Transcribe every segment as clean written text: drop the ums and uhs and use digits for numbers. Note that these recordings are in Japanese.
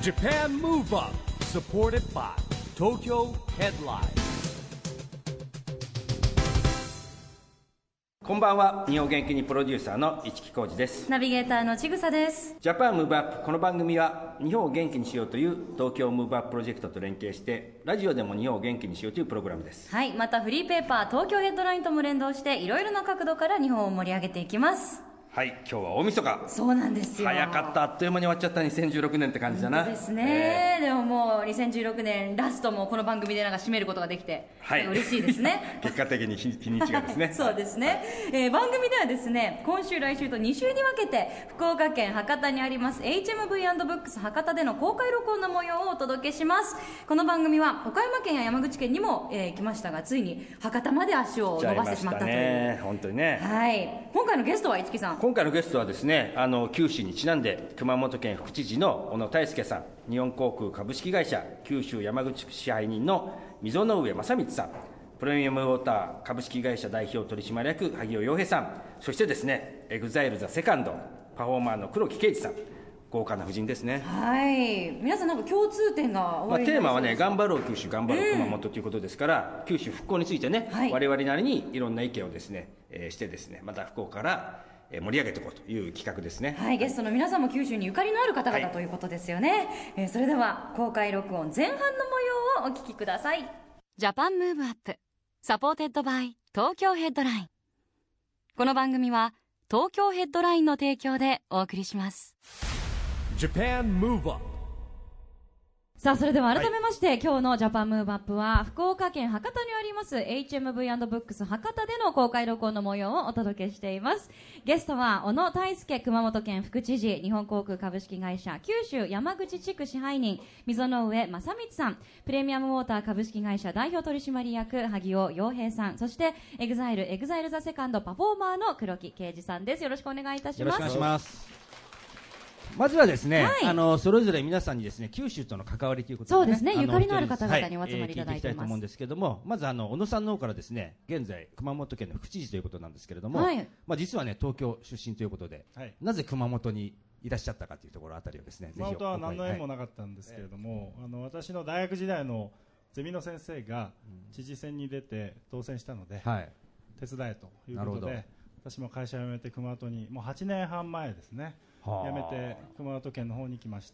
Japan Move Up supported by Tokyo Headline。 こんばんは。日本元気にプロデューサーの市木浩司です。 ナビゲーターのちぐさです。 ジャパンムーブアップ。この番組は日本を元気にしようという東京ムーブアッププロジェクトと連携してラジオでも日本を元気にしようというプログラムです。 はい、またフリーペーパー東京ヘッドラインとも連動していろいろな角度から日本を盛り上げていきます。 はい、今日は大晦日。 そうなんですよ。 早かった。あっという間に終わっちゃった2016年って感じだな。 そうですね、でももう2016年ラストもこの番組でなんか締めることができて、はい、嬉しいですね結果的に日にちがですねそうですね、番組ではですね、今週来週と2週に分けて福岡県博多にあります HMV&BOOKS 博多での公開録音の模様をお届けします。この番組は岡山県や山口県にも、来ましたが、ついに博多まで足を伸ばしてしまったという。 本当にね、 はい、今回のゲストは市木さん。 今回のゲストはですね、九州にちなんで熊本県副知事の小野泰輔さん、日本航空株式会社九州山口支配人の溝上正光さん、プレミアムウォーター株式会社代表取締役萩尾洋平さん、そしてですね EXILE THE SECONDパフォーマーの黒木啓司さん、豪華な夫人ですね。 はい、皆さんなんか共通点がおありになりそうです。 テーマはね、頑張ろう九州頑張ろう熊本ということですから、九州復興についてね、はい、我々なりにいろんな意見をですね、してですね、また福岡から盛り上げていこうという企画ですね。 はい、ゲストの皆さんも九州にゆかりのある方々ということですよね。それでは公開録音前半の模様をお聞きください。ジャパンムーブアップサポーテッドバイ東京ヘッドライン。この番組は東京ヘッドラインの提供でお送りします。 Japan Move Up。 さあ、それでは改めまして、今日のジャパンムーブアップは福岡県博多にあります HMV&BOOKS 博多での公開録音の模様をお届けしています。ゲストは小野泰輔熊本県副知事、日本航空株式会社九州山口地区支配人溝上正光さん、プレミアムウォーター株式会社代表取締役萩尾洋平さん、そして EXILE THE SECONDパフォーマーの黒木啓司さんです。よろしくお願いいたします。 よろしくお願いします。まずはですね、はい、それぞれ皆さんにですね、九州との関わりということで、ね、 そうですね、ゆかりのある方々にお集まりいただいてます。聞いていきたいと思うんですけども、まず小野さんの方からですね、現在熊本県の副知事ということなんですけれども、はい、実はね東京出身ということで、はい、なぜ熊本にいらっしゃったかというところあたりをですね、 熊本は何の縁もなかったんですけれども、私の大学時代のゼミの先生が知事選に出て当選したので、はい、手伝えということで、私も会社を辞めて熊本にもう8年半前ですね、辞めて熊本県の方に来まして、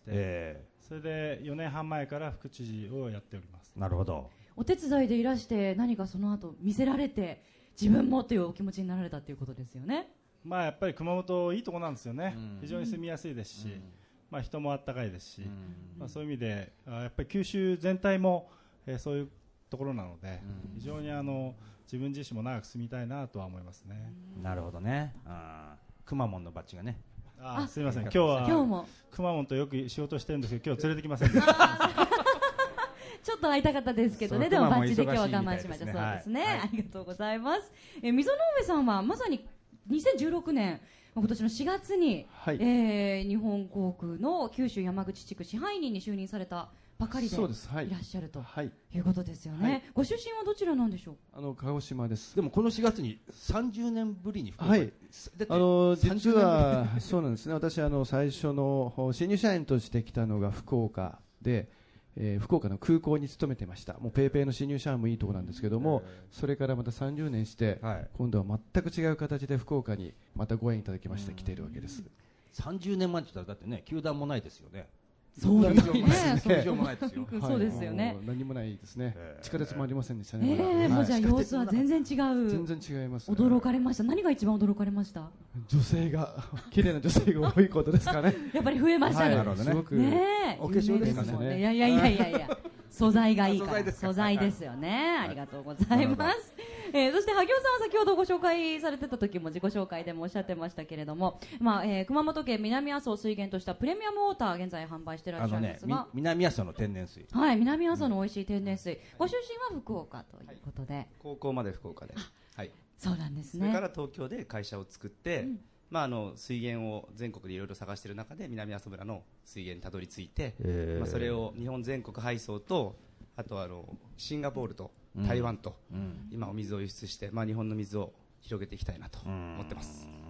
それで4年半前から副知事をやっております。 なるほど。 お手伝いでいらして何かその後見せられて自分もというお気持ちになられたということですよね。 やっぱり熊本いいところなんですよね。非常に住みやすいですし、人もあったかいですし、そういう意味でやっぱり九州全体も、そういうところなので、非常に自分自身も長く住みたいなとは思いますね。 なるほどね。くまモンのバッジがね、 すみません、今日はくまモンとよく仕事してるんですけど、今日連れてきませんでしたちょっと会いたかったですけどね、でもバッジで今日は我慢しました。そうですね、ありがとうございます。溝上さんはまさに2016年今年の4月に、はい、日本航空の九州山口地区支配人に就任されたばかりでいらっしゃるということですよね。はい、ご出身はどちらなんでしょう。鹿児島です。 でもこの4月に30年ぶりに福岡に、 実はそうなんですね。私最初の新入社員として来たのが福岡で、福岡の空港に勤めてました。もうペイペイの新入社員もいいところなんですけども、それからまた30年して、今度は全く違う形で福岡にまたご縁いただきまして来ているわけです。 30年前って言ったらだってね、球団もないですよね。 そうですね。 そうですよね。何もないですね。地下鉄もありませんでしたね。 もうじゃあ様子は全然違う。 全然違います。 驚かれました。何が一番驚かれました。 女性が綺麗な女性が多いことですかね。 やっぱり増えましたね。 すごくお化粧ですかね。 いや。素材がいいから素材ですよね。ありがとうございます。そして萩尾さんは先ほどご紹介されてた時も自己紹介でもおっしゃってましたけれども、熊本県南阿蘇を水源としたプレミアムウォーター現在販売してらっしゃるんですが、 南阿蘇の天然水、 はい、南阿蘇の美味しい天然水、ご出身は福岡ということで、 高校まで福岡で、はい、 そうなんですね。 それから東京で会社を作って、水源を全国でいろいろ探している中で南阿蘇村の水源にたどり着いて、それを日本全国配送と、あとシンガポールと台湾と、今お水を輸出して、日本の水を広げていきたいなと思ってます。 じゃあ本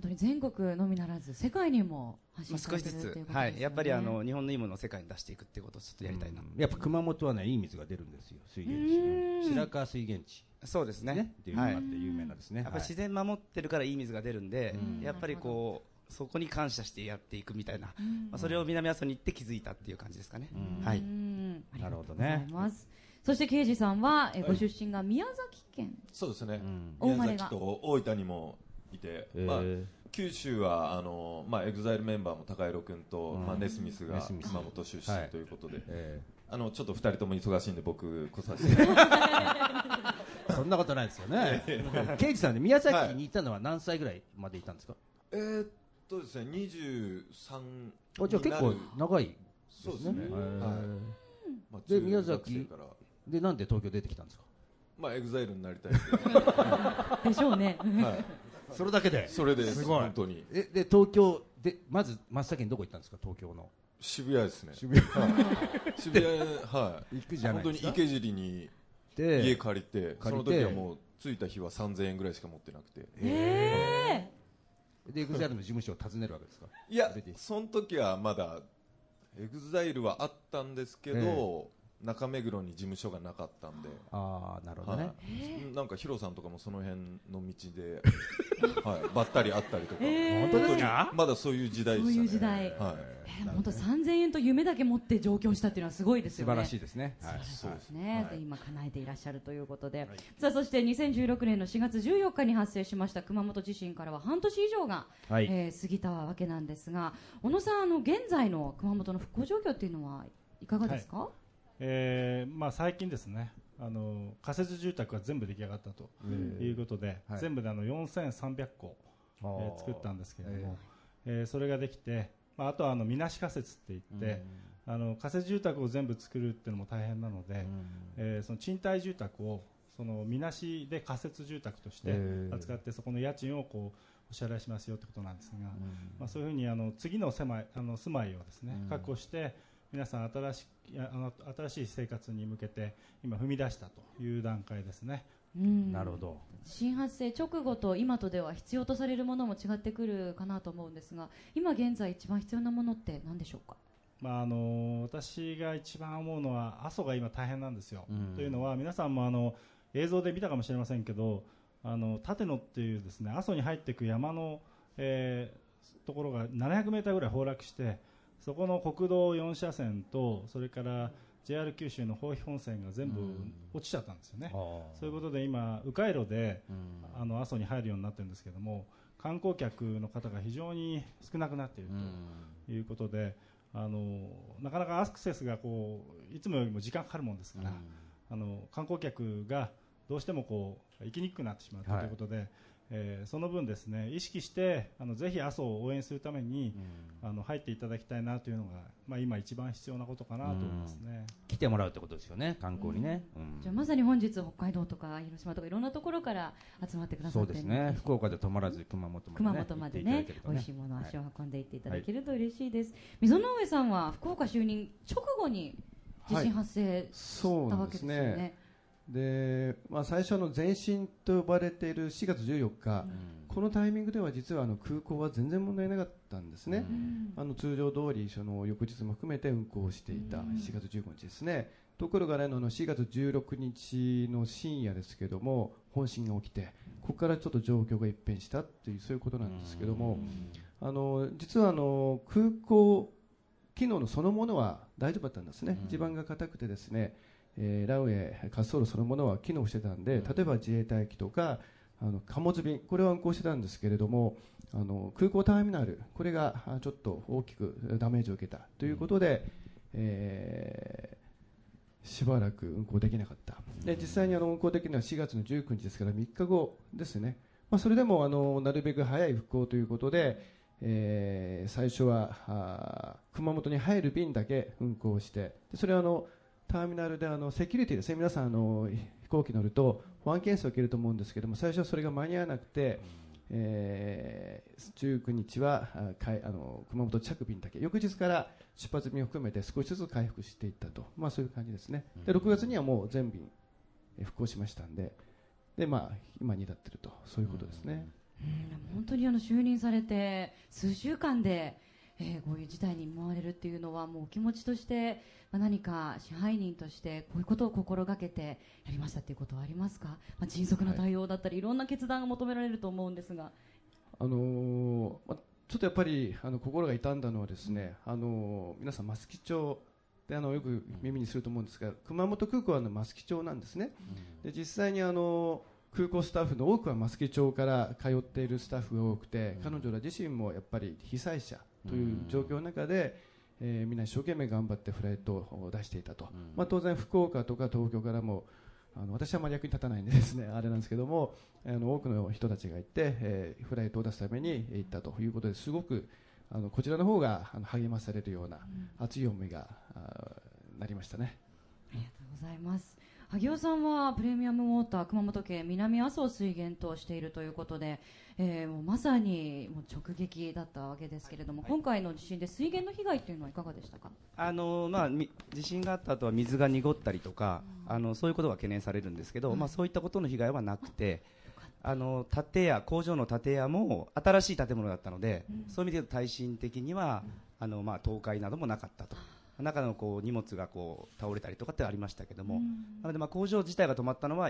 当に全国のみならず世界にも発信されてるということですね。 はい、やっぱり日本のいいものを世界に出していくっていうことをちょっとやりたいな。 やっぱ熊本はね、いい水が出るんですよ、水源地。白川水源地。 そうですね。 っていうのがあって有名なんですね。 やっぱ自然守ってるからいい水が出るんで、やっぱりこうそこに感謝してやっていくみたいな、それを南阿蘇に行って気づいたっていう感じですかね。はい。 なるほどね。そして刑事さんはご出身が宮崎県。 そうですね。宮崎と大分にもいて、九州はエグザイルメンバーも高弘君とネスミスが熊本出身ということで、ちょっと2人とも忙しいんで僕来させて。 そんなことないですよね。刑事さんで宮崎にいたのは何歳ぐらいまでいたんですか？ ですね、23。 じゃあ結構長いですね。 そうですね。 で宮崎でなんで東京出てきたんですか？ エグザイルになりたいでしょうね。 それだけで。 それです本当に。 で東京でまず真っ先にどこ行ったんですか？東京の渋谷ですね。 渋谷行くじゃないですか。本当に池尻に家借りて、その時はもう着いた日は3000円ぐらいしか持ってなくて。 でエグザイルの事務所を訪ねるわけですか？ いや、その時はまだエグザイルはあったんですけど、中目黒に事務所がなかったんで。 ああ、なるほどね。 なんかヒロさんとかもその辺の道でばったり会ったりとか。 本当ですか？ まだそういう時代でしたね。 そういう時代。本当3000円と夢だけ持って上京したっていうのはすごいですよね。 素晴らしいですね。 そうですね。今叶えていらっしゃるということで、さあそして2016年の4月14日に発生しました熊本地震からは半年以上が過ぎたわけなんですが、小野さん現在の熊本の復興状況っていうのはいかがですか？ 最近ですね、仮設住宅が全部出来上がったということで、全部で4300戸、作ったんですけれども、それができて、あとはみなし仮設って言って、仮設住宅を全部作るっていうのも大変なので、その賃貸住宅をそのみなしで仮設住宅として扱って、そこの家賃をお支払いしますよってことなんですが、そういうふうに次の住まいをですね、確保して皆さん新しい生活に向けて今踏み出したという段階ですね。 なるほど。 新発生直後と今とでは必要とされるものも違ってくるかなと思うんですが、今現在一番必要なものって何でしょうか？ 私が一番思うのは阿蘇が今大変なんですよ。というのは皆さんも映像で見たかもしれませんけど、立野っていうですね、阿蘇に入っていく山の、ところが700メーターぐらい崩落して、そこの国道4車線とそれから JR 九州の豊肥本線が全部落ちちゃったんですよね。そういうことで今迂回路で阿蘇に入るようになってるんですけども、観光客の方が非常に少なくなっているということで、なかなかアクセスがいつもよりも時間かかるもんですから、観光客がどうしても行きにくくなってしまうということで、その分ですね、意識してぜひ阿蘇を応援するために入っていただきたいなというのが、今一番必要なことかなと思いますね。 来てもらうってことですよね、観光にね。 じゃあまさに本日北海道とか広島とかいろんなところから集まってくださって、 そうですね、福岡で泊まらず熊本までね、 美味しいものを足を運んでいっていただけると嬉しいです。溝上さんは福岡就任直後に地震発生したわけですよね。 で最初の前震と呼ばれている4月14日、このタイミングでは実は空港は全然問題なかったんですね。通常通りその翌日も含めて運航していた4月15日ですね。ところが4月16日の深夜ですけども本震が起きて、ここからちょっと状況が一変したというそういうことなんですけども、実は空港機能のそのものは大丈夫だったんですね。地盤が硬くてですね、ランウェイ、滑走路そのものは機能してたんで、例えば自衛隊機とか貨物便、これは運航してたんですけれども、空港ターミナル、これがちょっと大きくダメージを受けたということで、しばらく運航できなかった。で実際に運航できるのは4月の19日ですから3日後ですね。それでもなるべく早い復興ということで、最初は熊本に入る便だけ運航して、でそれはターミナルでセキュリティですね、皆さん飛行機乗ると保安検査を受けると思うんですけども、最初はそれが間に合わなくて、19日は熊本着便だけ、翌日から出発便を含めて少しずつ回復していったと、そういう感じですね。で6月にはもう全便復興しましたんで、今に至っていると、そういうことですね。 本当に就任されて数週間で、こういう事態に見舞われるっていうのはもうお気持ちとして、何か支配人としてこういうことを心がけてやりましたっていうことはありますか？迅速な対応だったり、いろんな決断が求められると思うんですが、ちょっとやっぱり心が痛んだのはですね、皆さん益城町でよく耳にすると思うんですが、熊本空港は益城町なんですね。で実際に空港スタッフの多くは益城町から通っているスタッフが多くて、彼女ら自身もやっぱり被災者という状況の中で、みんな一生懸命頑張ってフライトを出していたと、当然福岡とか東京からも私はあまり役に立たないんでですね、あれなんですけども、多くの人たちがいて、フライトを出すために行ったということで、すごくこちらの方が励まされるような熱い思いがなりましたね。 ありがとうございます。萩尾さんはプレミアムウォーター熊本県南阿蘇を水源としているということで、もうまさにもう直撃だったわけですけれども、今回の地震で水源の被害というのはいかがでしたか？ 地震があった後は水が濁ったりとか、そういうことが懸念されるんですけど、そういったことの被害はなくて、工場の建屋も新しい建物だったので、そういう意味で耐震的には倒壊などもなかったと。中の荷物が倒れたりとかってありましたけども、なので工場自体が止まったのは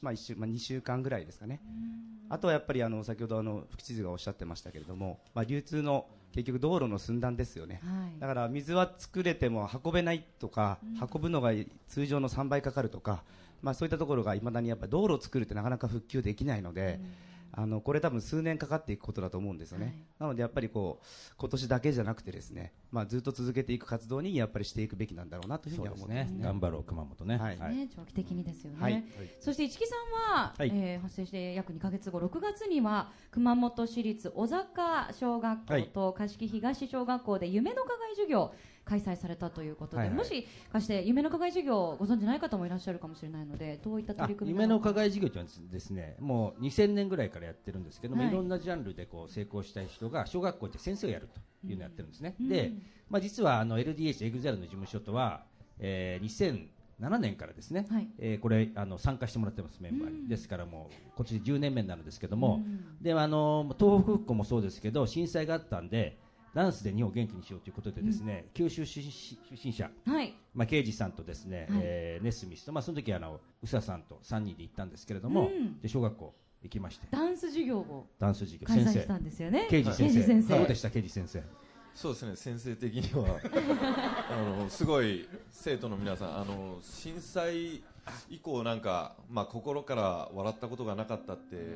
2週間ぐらいですかね。あとはやっぱり先ほど副知事がおっしゃってましたけれども、流通の結局道路の寸断ですよね。だから水は作れても運べないとか、運ぶのが通常の3倍かかるとか、そういったところがいまだにやっぱり道路を作るってなかなか復旧できないので、これ多分数年かかっていくことだと思うんですよね。なのでやっぱり今年だけじゃなくてですね、ずっと続けていく活動にやっぱりしていくべきなんだろうなというふうには思いますね。 頑張ろう熊本ね。 長期的にですよね。そして市木さんは、発生して約2ヶ月後、6月には熊本市立小坂小学校と貸木東小学校で夢の課外授業開催されたということで、もしかして夢の課外授業をご存じない方もいらっしゃるかもしれないので、どういった取り組み夢の課外授業というのはですね、もう2000年ぐらいからやってるんですけども、いろんなジャンルで成功したい人が小学校で先生をやるというのをやってるんですね。で、実はLDH エグザイルの事務所とは、2007年からですね、これ参加してもらってますメンバーに、ですからもう今年10年目になるんですけども、で東北復興もそうですけど、震災があったんでダンスで日本を元気にしようということでですね、九州出身者、刑事さんとですね、ネスミスと、その時宇佐さんと3人で行ったんですけれども、で小学校行きまして、 ダンス授業を開催したんですよね。 刑事先生どうでした？刑事先生。 そうですね、先生的にはすごい生徒の皆さん、震災以降なんか、心から笑ったことがなかったって、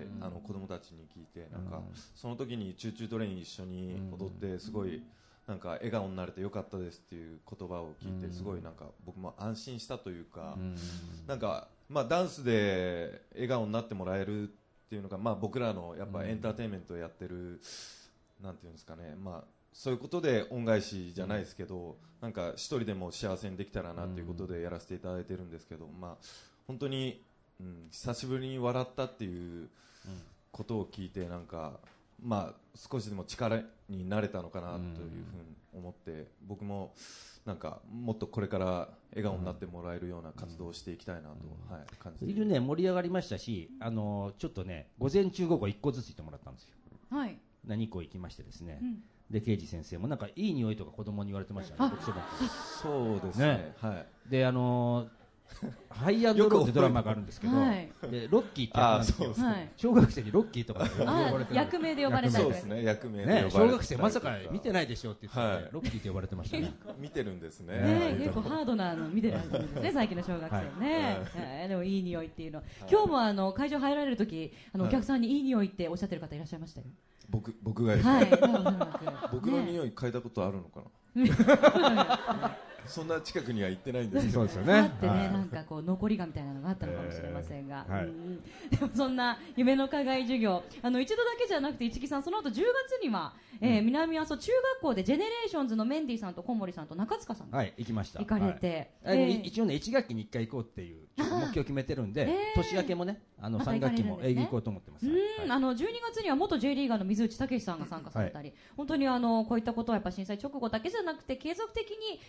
子供たちに聞いて、なんかその時にチューチュートレイン一緒に踊ってすごいなんか笑顔になれてよかったですっていう言葉を聞いて、すごいなんか僕も安心したというか、なんかダンスで笑顔になってもらえるっていうのが、僕らのやっぱエンターテインメントをやってる、なんていうんですかね、そういうことで恩返しじゃないですけど、なんか一人でも幸せにできたらなということでやらせていただいてるんですけど、本当に、久しぶりに笑ったっていうことを聞いて、なんか少しでも力になれたのかなというふうに思って、僕もなんかもっとこれから笑顔になってもらえるような活動をしていきたいなと、感じている。 盛り上がりましたし、ちょっとね、午前中午後1個ずつ行ってもらったんですよ。2個行きましてですね、で刑事先生もなんかいい匂いとか子供に言われてましたね。 そうですね。 でハイアンドローってドラマがあるんですけど、でロッキーってなんですよ。小学生にロッキーとか呼ばれて、 役名で呼ばれたり、 そうですね、役名で呼ばれて、 小学生まさか見てないでしょって言って、ロッキーって呼ばれてましたね。 見てるんですね。 結構ハードな見てるんですね、最近の小学生ね。でもいい匂いっていうの、今日も会場入られる時、お客さんにいい匂いっておっしゃってる方いらっしゃいましたよ。 僕がですね、僕の匂い嗅いだことあるのかな。そんな近くには行ってないんですけど、 そうですよね。あってね、なんか残りがみたいなのがあったのかもしれませんが、でもそんな夢の課外授業、一度だけじゃなくて市木さん、その後10月には南阿蘇中学校でジェネレーションズのメンディーさんと小森さんと中塚さんが行きました。 行かれて、 一応ね1学期に1回行こうっていう目標を決めてるんで、年明けもね3学期も行こうと思ってます。 12月には元 J リーガーの水内武さんが参加されたり、本当にこういったことはやっぱ震災直後だけじゃなくて継続的に行う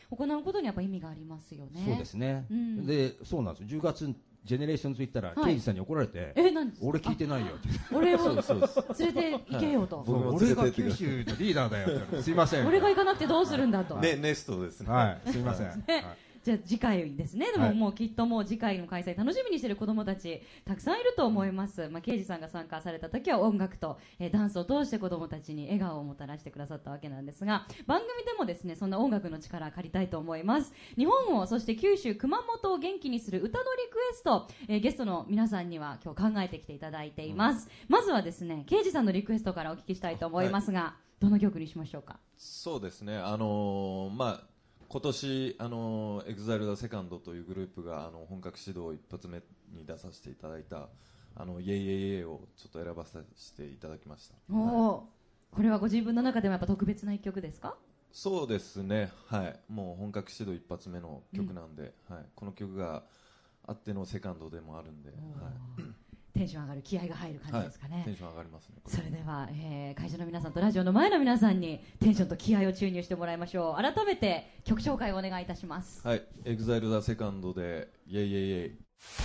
ことにやっぱ意味がありますよね。 そうですね、でそうなんですよ。10月ジェネレーションズ行ったら、刑事さんに怒られて、 何ですか？ 俺聞いてないよって。 俺を連れて行けよと。 俺が九州のリーダーだよって。すいません。 俺が行かなくてどうするんだと。 ネストですね。 はい、すいません。 じゃあ次回ですね。でももうきっともう次回の開催楽しみにしている子どもたちたくさんいると思います。刑事さんが参加された時は音楽と、ダンスを通して子どもたちに笑顔をもたらしてくださったわけなんですが、番組でもですねそんな音楽の力を借りたいと思います。日本をそして九州熊本を元気にする歌のリクエスト、ゲストの皆さんには今日考えてきていただいています。まずはですね刑事さんのリクエストからお聞きしたいと思いますが、どの曲にしましょうか？ そうですね、今年EXILE-THE2ND というグループが本格指導一発目に出させていただいたイエイエイエイをちょっと選ばせていただきました。 これはご自分の中でもやっぱ特別な一曲ですか？ そうですね、はい、もう本格指導一発目の曲なんで、この曲があってのセカンドでもあるんで、 テンション上がる、気合が入る感じですかね。 テンション上がりますね。 それでは、会場の皆さんとラジオの前の皆さんにテンションと気合を注入してもらいましょう。改めて曲紹介をお願いいたします。 はい、EXILE-THE2ND でイエイエイエイ。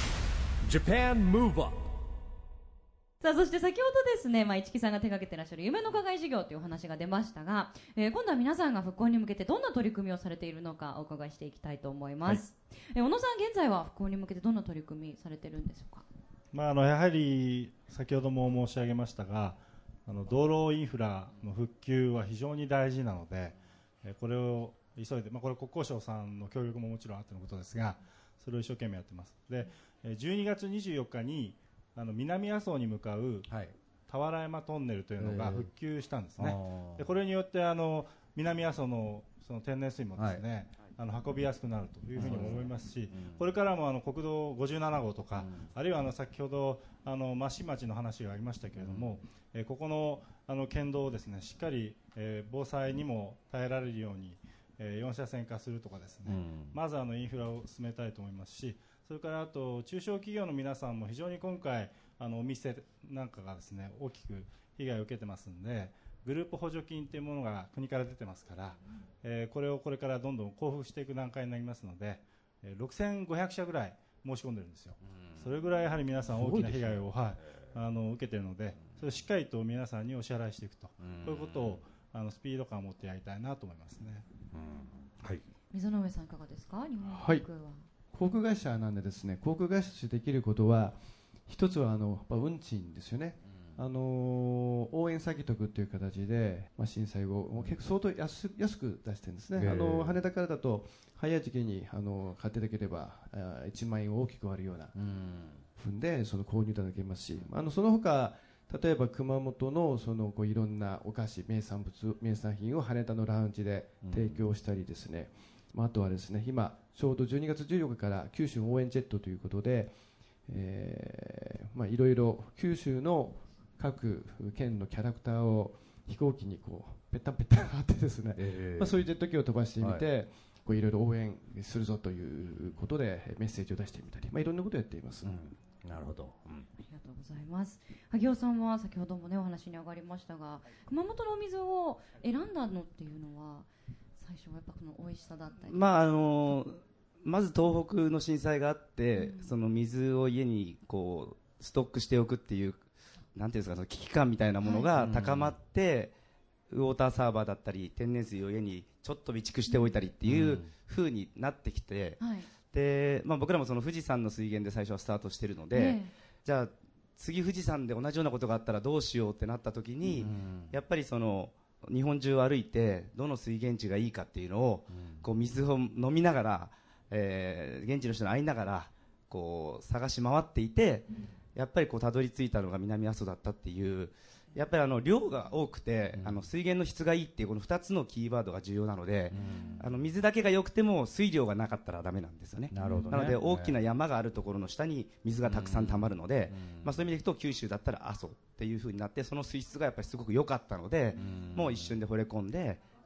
Japan Move Up。 さあそして先ほどですね、市木さんが手掛けていらっしゃる夢の課外事業というお話が出ましたが、今度は皆さんが復興に向けてどんな取り組みをされているのかお伺いしていきたいと思います。小野さん、現在は復興に向けてどんな取り組みされているんでしょうか？ やはり先ほども申し上げましたが、道路インフラの復旧は非常に大事なので、これを急いで、これ国交省さんの協力ももちろんあってのことですが、それを一生懸命やってます。で、12月24日に南阿蘇に向かう俵山トンネルというのが復旧したんですね。でこれによって南阿蘇のその天然水もですね、運びやすくなるというふうに思いますし、これからも国道57号とか、あるいは先ほど益城町の話がありましたけれども、ここの県道をですねしっかり防災にも耐えられるように4車線化するとかですね、まずインフラを進めたいと思いますし、それからあと中小企業の皆さんも非常に今回お店なんかがですね大きく被害を受けてますんで、グループ補助金というものが国から出てますから、これをこれからどんどん交付していく段階になりますので、6500社ぐらい申し込んでるんですよ。それぐらいやはり皆さん大きな被害を、受けているので、それをしっかりと皆さんにお支払いしていくと、こういうことをスピード感を持ってやりたいなと思いますね。 溝上さんいかがですか？日本航空は、 航空会社なんでですね、航空会社としてできることは一つは運賃ですよね。応援詐欺得という形で、震災後結構相当安く出してるんですね。羽田からだと早い時期に買っていただければ1万円を大きく割るような分でその購入いただけますし、その他例えば熊本のいろんなお菓子名産品を羽田のラウンジで提供したりですね、あとはですね今ちょうど12月14日から九州応援ジェットということで、いろいろ九州の各県のキャラクターを飛行機にペッタンペッタン貼ってですね、そういうジェット機を飛ばしてみて、いろいろ応援するぞということでメッセージを出してみたり、いろんなことをやっています。 なるほど、 ありがとうございます。萩尾さんは先ほどもねお話に上がりましたが、熊本のお水を選んだのっていうのは最初はやっぱこの美味しさだったり、 まず東北の震災があって、その水を家にストックしておくっていうなんていうんですか、その危機感みたいなものが高まって、ウォーターサーバーだったり天然水を家にちょっと備蓄しておいたりっていう風になってきて、で僕らもその富士山の水源で最初はスタートしてるので、じゃあ次富士山で同じようなことがあったらどうしようってなった時に、やっぱりその日本中を歩いてどの水源地がいいかっていうのを、水を飲みながら、現地の人に会いながら探し回っていて、やっぱりたどり着いたのが南阿蘇だったっていう、やっぱり量が多くて、水源の質がいいっていうこの2つのキーワードが重要なので、水だけが良くても水量がなかったらダメなんですよね。なので大きな山があるところの下に水がたくさん溜まるので、そういう意味でいくと九州だったら阿蘇っていう風になって、その水質がやっぱりすごく良かったので、もう一瞬で惚れ込んで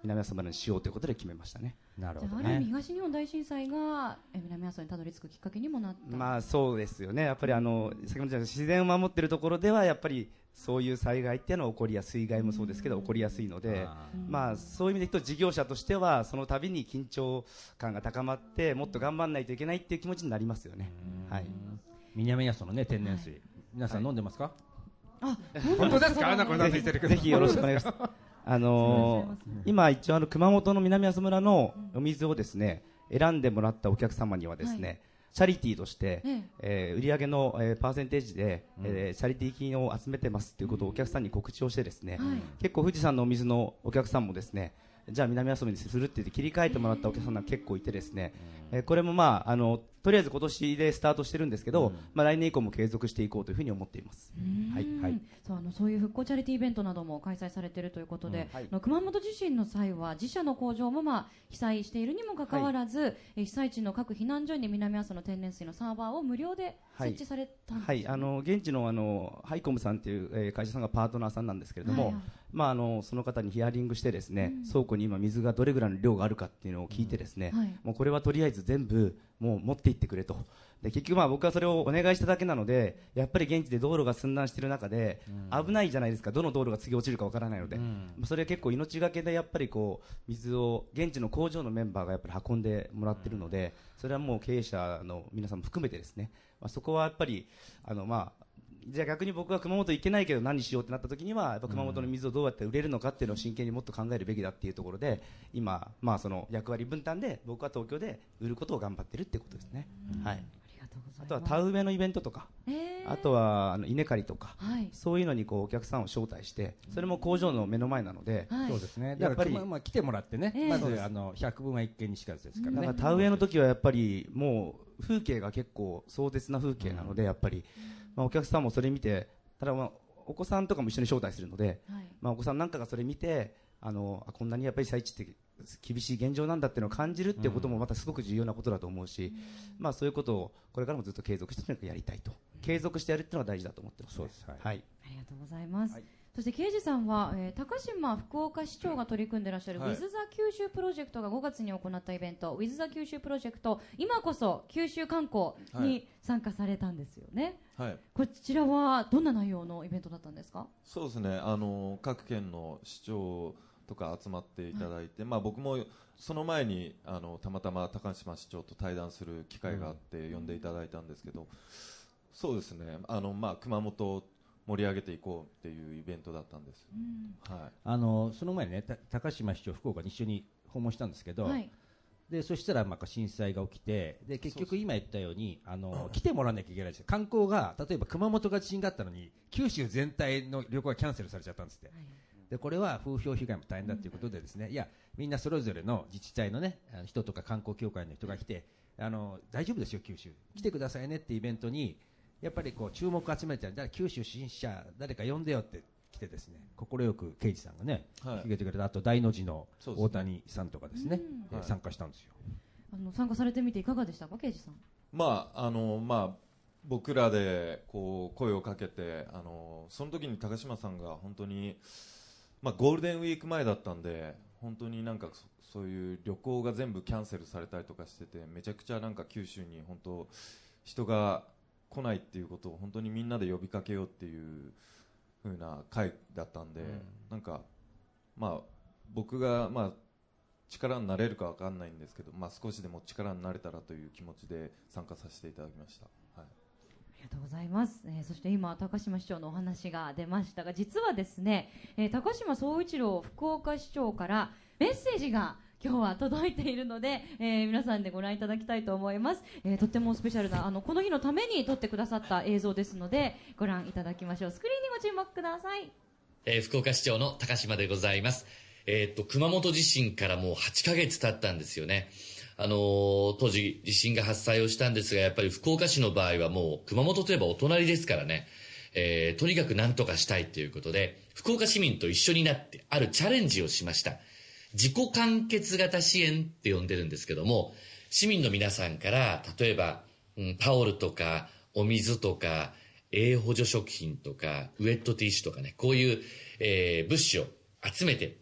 南阿蘇村にしようということで決めましたね。 なるほどね。じゃあある意味東日本大震災が南阿蘇にたどり着くきっかけにもなった。 まあそうですよね。やっぱり先ほど言った自然を守っているところではやっぱりそういう災害っていうのは起こりやすい、水害もそうですけど起こりやすいので、まあそういう意味で言うと事業者としてはその度に緊張感が高まってもっと頑張らないといけないっていう気持ちになりますよね。はい。 南阿蘇のね天然水、皆さん飲んでますか？ あ、 本当ですか？なんかうなずいてるけど。 ぜひよろしくお願いします。今一応熊本の南阿蘇村のお水をですね選んでもらったお客様にはですね、チャリティーとして、売上の、パーセンテージで、チャリティー金を集めてますということをお客さんに告知をしてですね、結構富士山のお水のお客さんもですねじゃあ南阿蘇にするって言って切り替えてもらったお客さんが結構いてですね、これもまあとりあえず今年でスタートしてるんですけど、来年以降も継続していこうというふうに思っています。はい。 そういう復興チャリティーイベントなども開催されているということで、熊本地震の際は自社の工場も被災しているにもかかわらず、被災地の各避難所に南阿蘇の天然水のサーバーを無料で設置されたんですよね。 現地のハイコムさんという、会社さんがパートナーさんなんですけれども、その方にヒアリングしてですね、倉庫に今水がどれぐらいの量があるかっていうのを聞いてですね、もうこれはとりあえず全部もう持って行ってくれと。で結局僕はそれをお願いしただけなので、やっぱり現地で道路が寸断している中で危ないじゃないですか。どの道路が次落ちるかわからないので、それは結構命がけでやっぱり水を現地の工場のメンバーがやっぱり運んでもらっているので、それはもう経営者の皆さんも含めてですね、そこはやっぱりじゃあ逆に僕は熊本行けないけど何しようってなった時にはやっぱ熊本の水をどうやって売れるのかっていうのを真剣にもっと考えるべきだっていうところで、今その役割分担で僕は東京で売ることを頑張ってるってことですね。はい。あとは田植えのイベントとか、あとは稲刈りとか、そういうのにお客さんを招待して、それも工場の目の前なので、 そうですね。やっぱり来てもらってね、まず百聞は一見にしかずですからね。 だから田植えの時はやっぱりもう風景が結構壮絶な風景なので、やっぱりお客さんもそれ見て、ただお子さんとかも一緒に招待するので、お子さんなんかがそれ見て、こんなにやっぱり被災地って厳しい現状なんだっていうのを感じるっていうこともまたすごく重要なことだと思うし、そういうことをこれからもずっと継続してやりたいと、継続してやるっていうのが大事だと思ってます。 そうです。はい。ありがとうございます。そして刑事さんは、高島福岡市長が取り組んでいらっしゃる With the 九州プロジェクトが5月に行ったイベント With the 九州プロジェクト、今こそ九州観光に参加されたんですよね。こちらはどんな内容のイベントだったんですか？ そうですね、各県の市長とか集まっていただいて、僕もその前にたまたま高島市長と対談する機会があって呼んでいただいたんですけど、そうですね、熊本を盛り上げていこうっていうイベントだったんです。 その前にね、高島市長福岡に一緒に訪問したんですけど、でそしたら震災が起きて、で結局今言ったように来てもらわなきゃいけないですよ。観光が例えば熊本が地震があったのに九州全体の旅行がキャンセルされちゃったんですって。でこれは風評被害も大変だということでですね、いやみんなそれぞれの自治体のね人とか観光協会の人が来て、大丈夫ですよ九州来てくださいねってイベントにやっぱり注目を集めて、だから九州出身者誰か呼んでよって来てですね、快く刑事さんがね聞いてくれた。あと大の字の大谷さんとかですね、参加したんですよ。 参加されてみていかがでしたか、刑事さん？ 僕らで声をかけて、その時に高島さんが本当にゴールデンウィーク前だったんで、本当になんかそういう旅行が全部キャンセルされたりとかしてて、めちゃくちゃなんか九州に本当人が来ないっていうことを本当にみんなで呼びかけようっていう風な会だったんで、なんか僕が力になれるかわかんないんですけど、少しでも力になれたらという気持ちで参加させていただきました。 ありがとうございます。そして今高島市長のお話が出ましたが、実はですね、高島総一郎福岡市長からメッセージが今日は届いているので、皆さんでご覧いただきたいと思います。とってもスペシャルなこの日のために撮ってくださった映像ですのでご覧いただきましょう。スクリーンにご注目ください。 福岡市長の高島でございます。熊本地震からもう8ヶ月経ったんですよね。当時地震が発災をしたんですが、やっぱり福岡市の場合はもう熊本といえばお隣ですからね、とにかく何とかしたいということで福岡市民と一緒になってあるチャレンジをしました。自己完結型支援って呼んでるんですけども、市民の皆さんから例えば、タオルとかお水とか栄養補助食品とかウェットティッシュとかね、こういう、物資を集めて、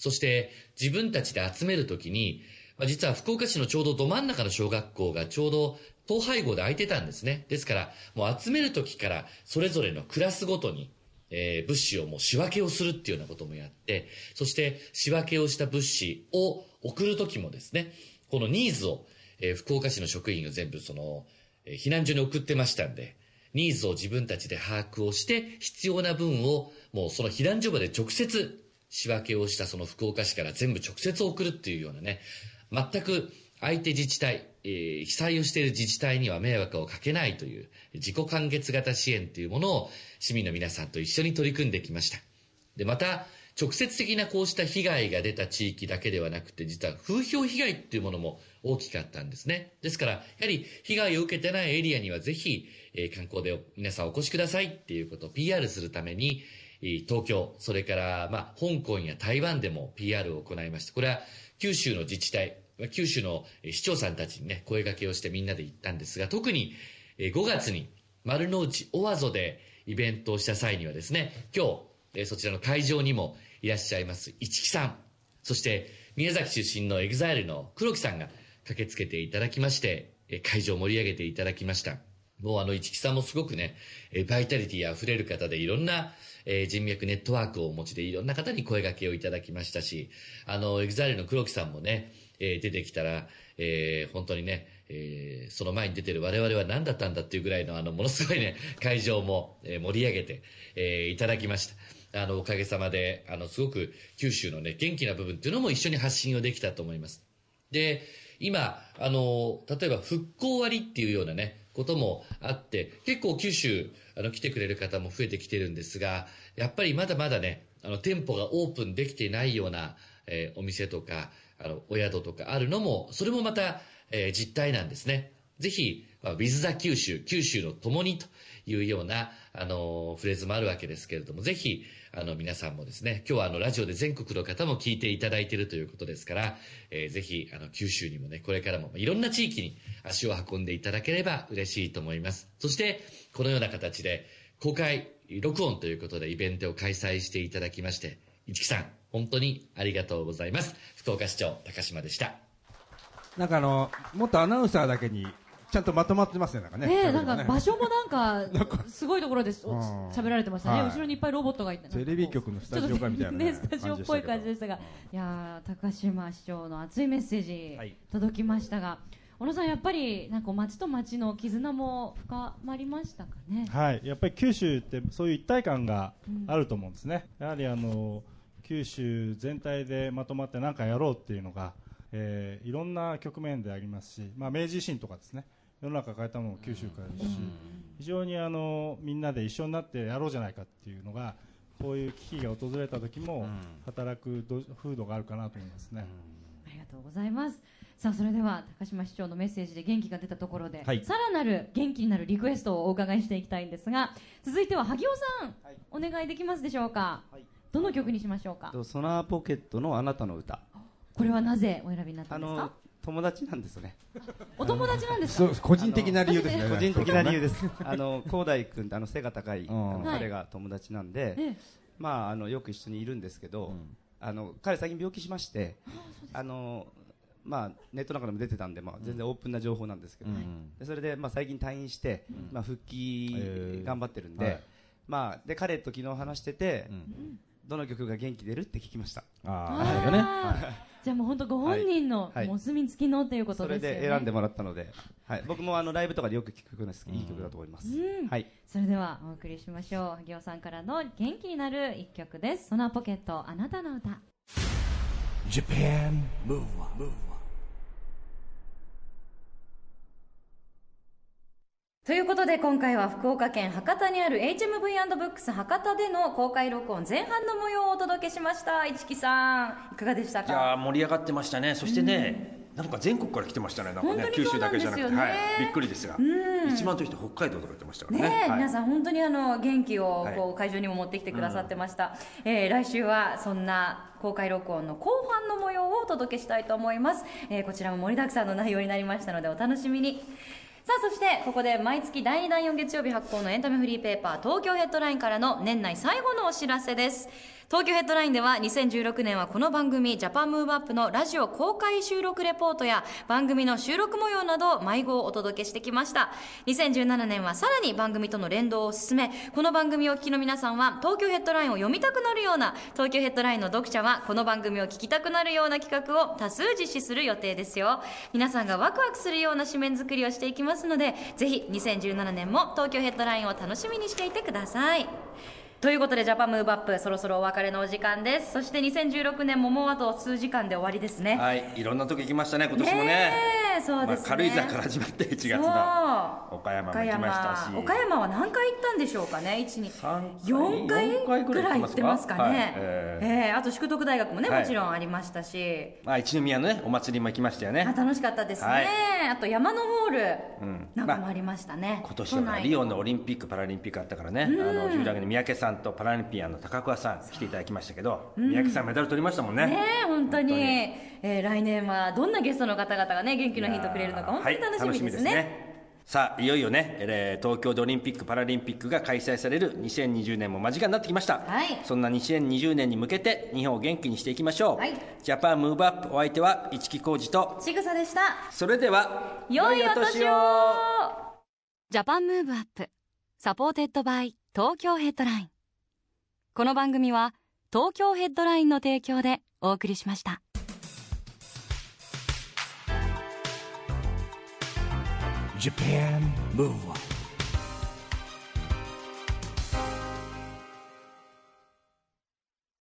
そして自分たちで集めるときに、実は福岡市のちょうどど真ん中の小学校がちょうど統廃合で空いてたんですね。ですからもう集めるときからそれぞれのクラスごとに物資をもう仕分けをするっていうようなこともやって、そして仕分けをした物資を送るときもですね、このニーズを、福岡市の職員が全部その、避難所に送ってましたんで、ニーズを自分たちで把握をして必要な分をもうその避難所まで直接仕分けをしたその福岡市から全部直接送るっていうようなね、全く相手自治体、被災をしている自治体には迷惑をかけないという自己完結型支援というものを市民の皆さんと一緒に取り組んできました。で、また直接的なこうした被害が出た地域だけではなくて、実は風評被害っていうものも大きかったんですね。ですからやはり被害を受けてないエリアにはぜひ、観光で皆さんお越しくださいっていうことを PR するために、東京、それから香港や台湾でも PR を行いました。これは九州の自治体、九州の市長さんたちにね、声掛けをしてみんなで行ったんですが、特に5月に丸の内オアゾでイベントをした際にはですね、今日そちらの会場にもいらっしゃいます市木さん、そして宮崎出身のEXILEの黒木さんが駆けつけていただきまして、会場を盛り上げていただきました。もう市木さんもすごくね、バイタリティあふれる方で、いろんな人脈ネットワークをお持ちで、いろんな方に声掛けをいただきましたし、EXILEの黒木さんもね、出てきたら、本当にね、その前に出てる我々は何だったんだっていうぐらいのものすごいね、会場も盛り上げて、いただきました。おかげさまで、すごく九州のね、元気な部分っていうのも一緒に発信をできたと思います。で、今、例えば復興割っていうようなね、こともあって、結構九州、来てくれる方も増えてきてるんですが、やっぱりまだまだね、店舗がオープンできていないような、お店とか、お宿とかあるのも、それもまた、実態なんですね。ぜひ、With the 九州、九州の共にというような、フレーズもあるわけですけれども、ぜひ、皆さんもですね、今日はラジオで全国の方も聞いていただいているということですから、ぜひ、九州にもね、これからもいろんな地域に足を運んでいただければ嬉しいと思います。そして、このような形で、公開録音ということでイベントを開催していただきまして、市木さん、本当にありがとうございます。福岡市長、高島でした。 なんかもっとアナウンサーだけにちゃんとまとまってますね、なんかね。 なんか場所もなんかすごいところで喋られてましたね。後ろにいっぱいロボットがいて、 テレビ局のスタジオかみたいなね、 スタジオっぽい感じでしたが、いや高島市長の熱いメッセージ届きましたが、小野さん、やっぱりなんか町と町の絆も深まりましたかね。 はい、やっぱり九州ってそういう一体感があると思うんですね。やはり九州全体でまとまって何かやろうっていうのが、いろんな局面でありますし、明治維新とかですね、世の中変えたのも九州からですし、非常にみんなで一緒になってやろうじゃないかっていうのが、こういう危機が訪れた時も働く風土があるかなと思いますね。 ありがとうございます。さあ、それでは高島市長のメッセージで元気が出たところで、さらなる元気になるリクエストをお伺いしていきたいんですが、続いては萩尾さん、お願いできますでしょうか。どの曲にしましょうか。 ソナーポケットのあなたの歌。 これはなぜお選びになったんですか。 友達なんですね。 お友達なんですか。 個人的な理由ですね。 個人的な理由です。広大君って背が高い彼が友達なんで、よく一緒にいるんですけど、彼最近病気しまして、ネットなんかでも出てたんで、全然オープンな情報なんですけど、それで最近退院して、復帰頑張ってるんで、で彼と昨日話してて、どの曲が元気出るって聞きました。 じゃあもう本当ご本人のお墨付きのということですよね。 それで選んでもらったので、僕もライブとかでよく聴く曲ですけど、いい曲だと思います。 それではお送りしましょう。萩尾さんからの元気になる一曲です。ソナーポケット、あなたの歌。 Japan Move Up。 ということで今回は福岡県博多にある HMV&BOOKS 博多での公開録音前半の模様をお届けしました。市木さん、いかがでしたか。 いや盛り上がってましたね。そしてね、なんか全国から来てましたね。なんかね、九州だけじゃなくて、びっくりですが、一番として北海道とか言ってましたからね。 皆さん本当に元気をこう会場にも持ってきてくださってました。来週はそんな公開録音の後半の模様をお届けしたいと思います。こちらも盛りだくさんの内容になりましたのでお楽しみに。さあ、そしてここで毎月第2第4月曜日発行のエンタメフリーペーパー東京ヘッドラインからの年内最後のお知らせです。 東京ヘッドラインでは2016年はこの番組ジャパンムーブアップのラジオ公開収録レポートや番組の収録模様など毎号お届けしてきました。2017年はさらに番組との連動を進め、この番組をお聞きの皆さんは東京ヘッドラインを読みたくなるような、東京ヘッドラインの読者はこの番組を聞きたくなるような企画を多数実施する予定ですよ。皆さんがワクワクするような紙面作りをしていきますので、ぜひ2017年も東京ヘッドラインを楽しみにしていてください。ということでジャパンムーブアップ、そろそろお別れのお時間です。そして2016年ももうあと数時間で終わりですね。 はい、いろんなとこ行きましたね、今年もね。 そうですね、 軽井沢から始まって1月の岡山も行きましたし、 岡山は何回行ったんでしょうかね。4回ぐらい行ってますかね。あと淑徳大学もね、もちろんありましたし、 一宮のねお祭りも行きましたよね。 楽しかったですね。あと山のホールなんかもありましたね。 今年はリオのオリンピックパラリンピックあったからね、重量挙げの三宅さんとパラリンピアンの高桑さん来ていただきましたけど、三宅さんメダル取りましたもんね。 本当に来年はどんなゲストの方々がね元気のヒントくれるのか本当に楽しみですね。 さあいよいよね、東京でオリンピックパラリンピックが開催される2020年も間近になってきました。そんな2020年に向けて日本を元気にしていきましょう。ジャパンムーブアップ、お相手は市木浩二とちぐさでした。 それでは良いお年を。ジャパンムーブアップサポーテッドバイ東京ヘッドライン。この番組は東京ヘッドラインの提供でお送りしました。 Japan Move Up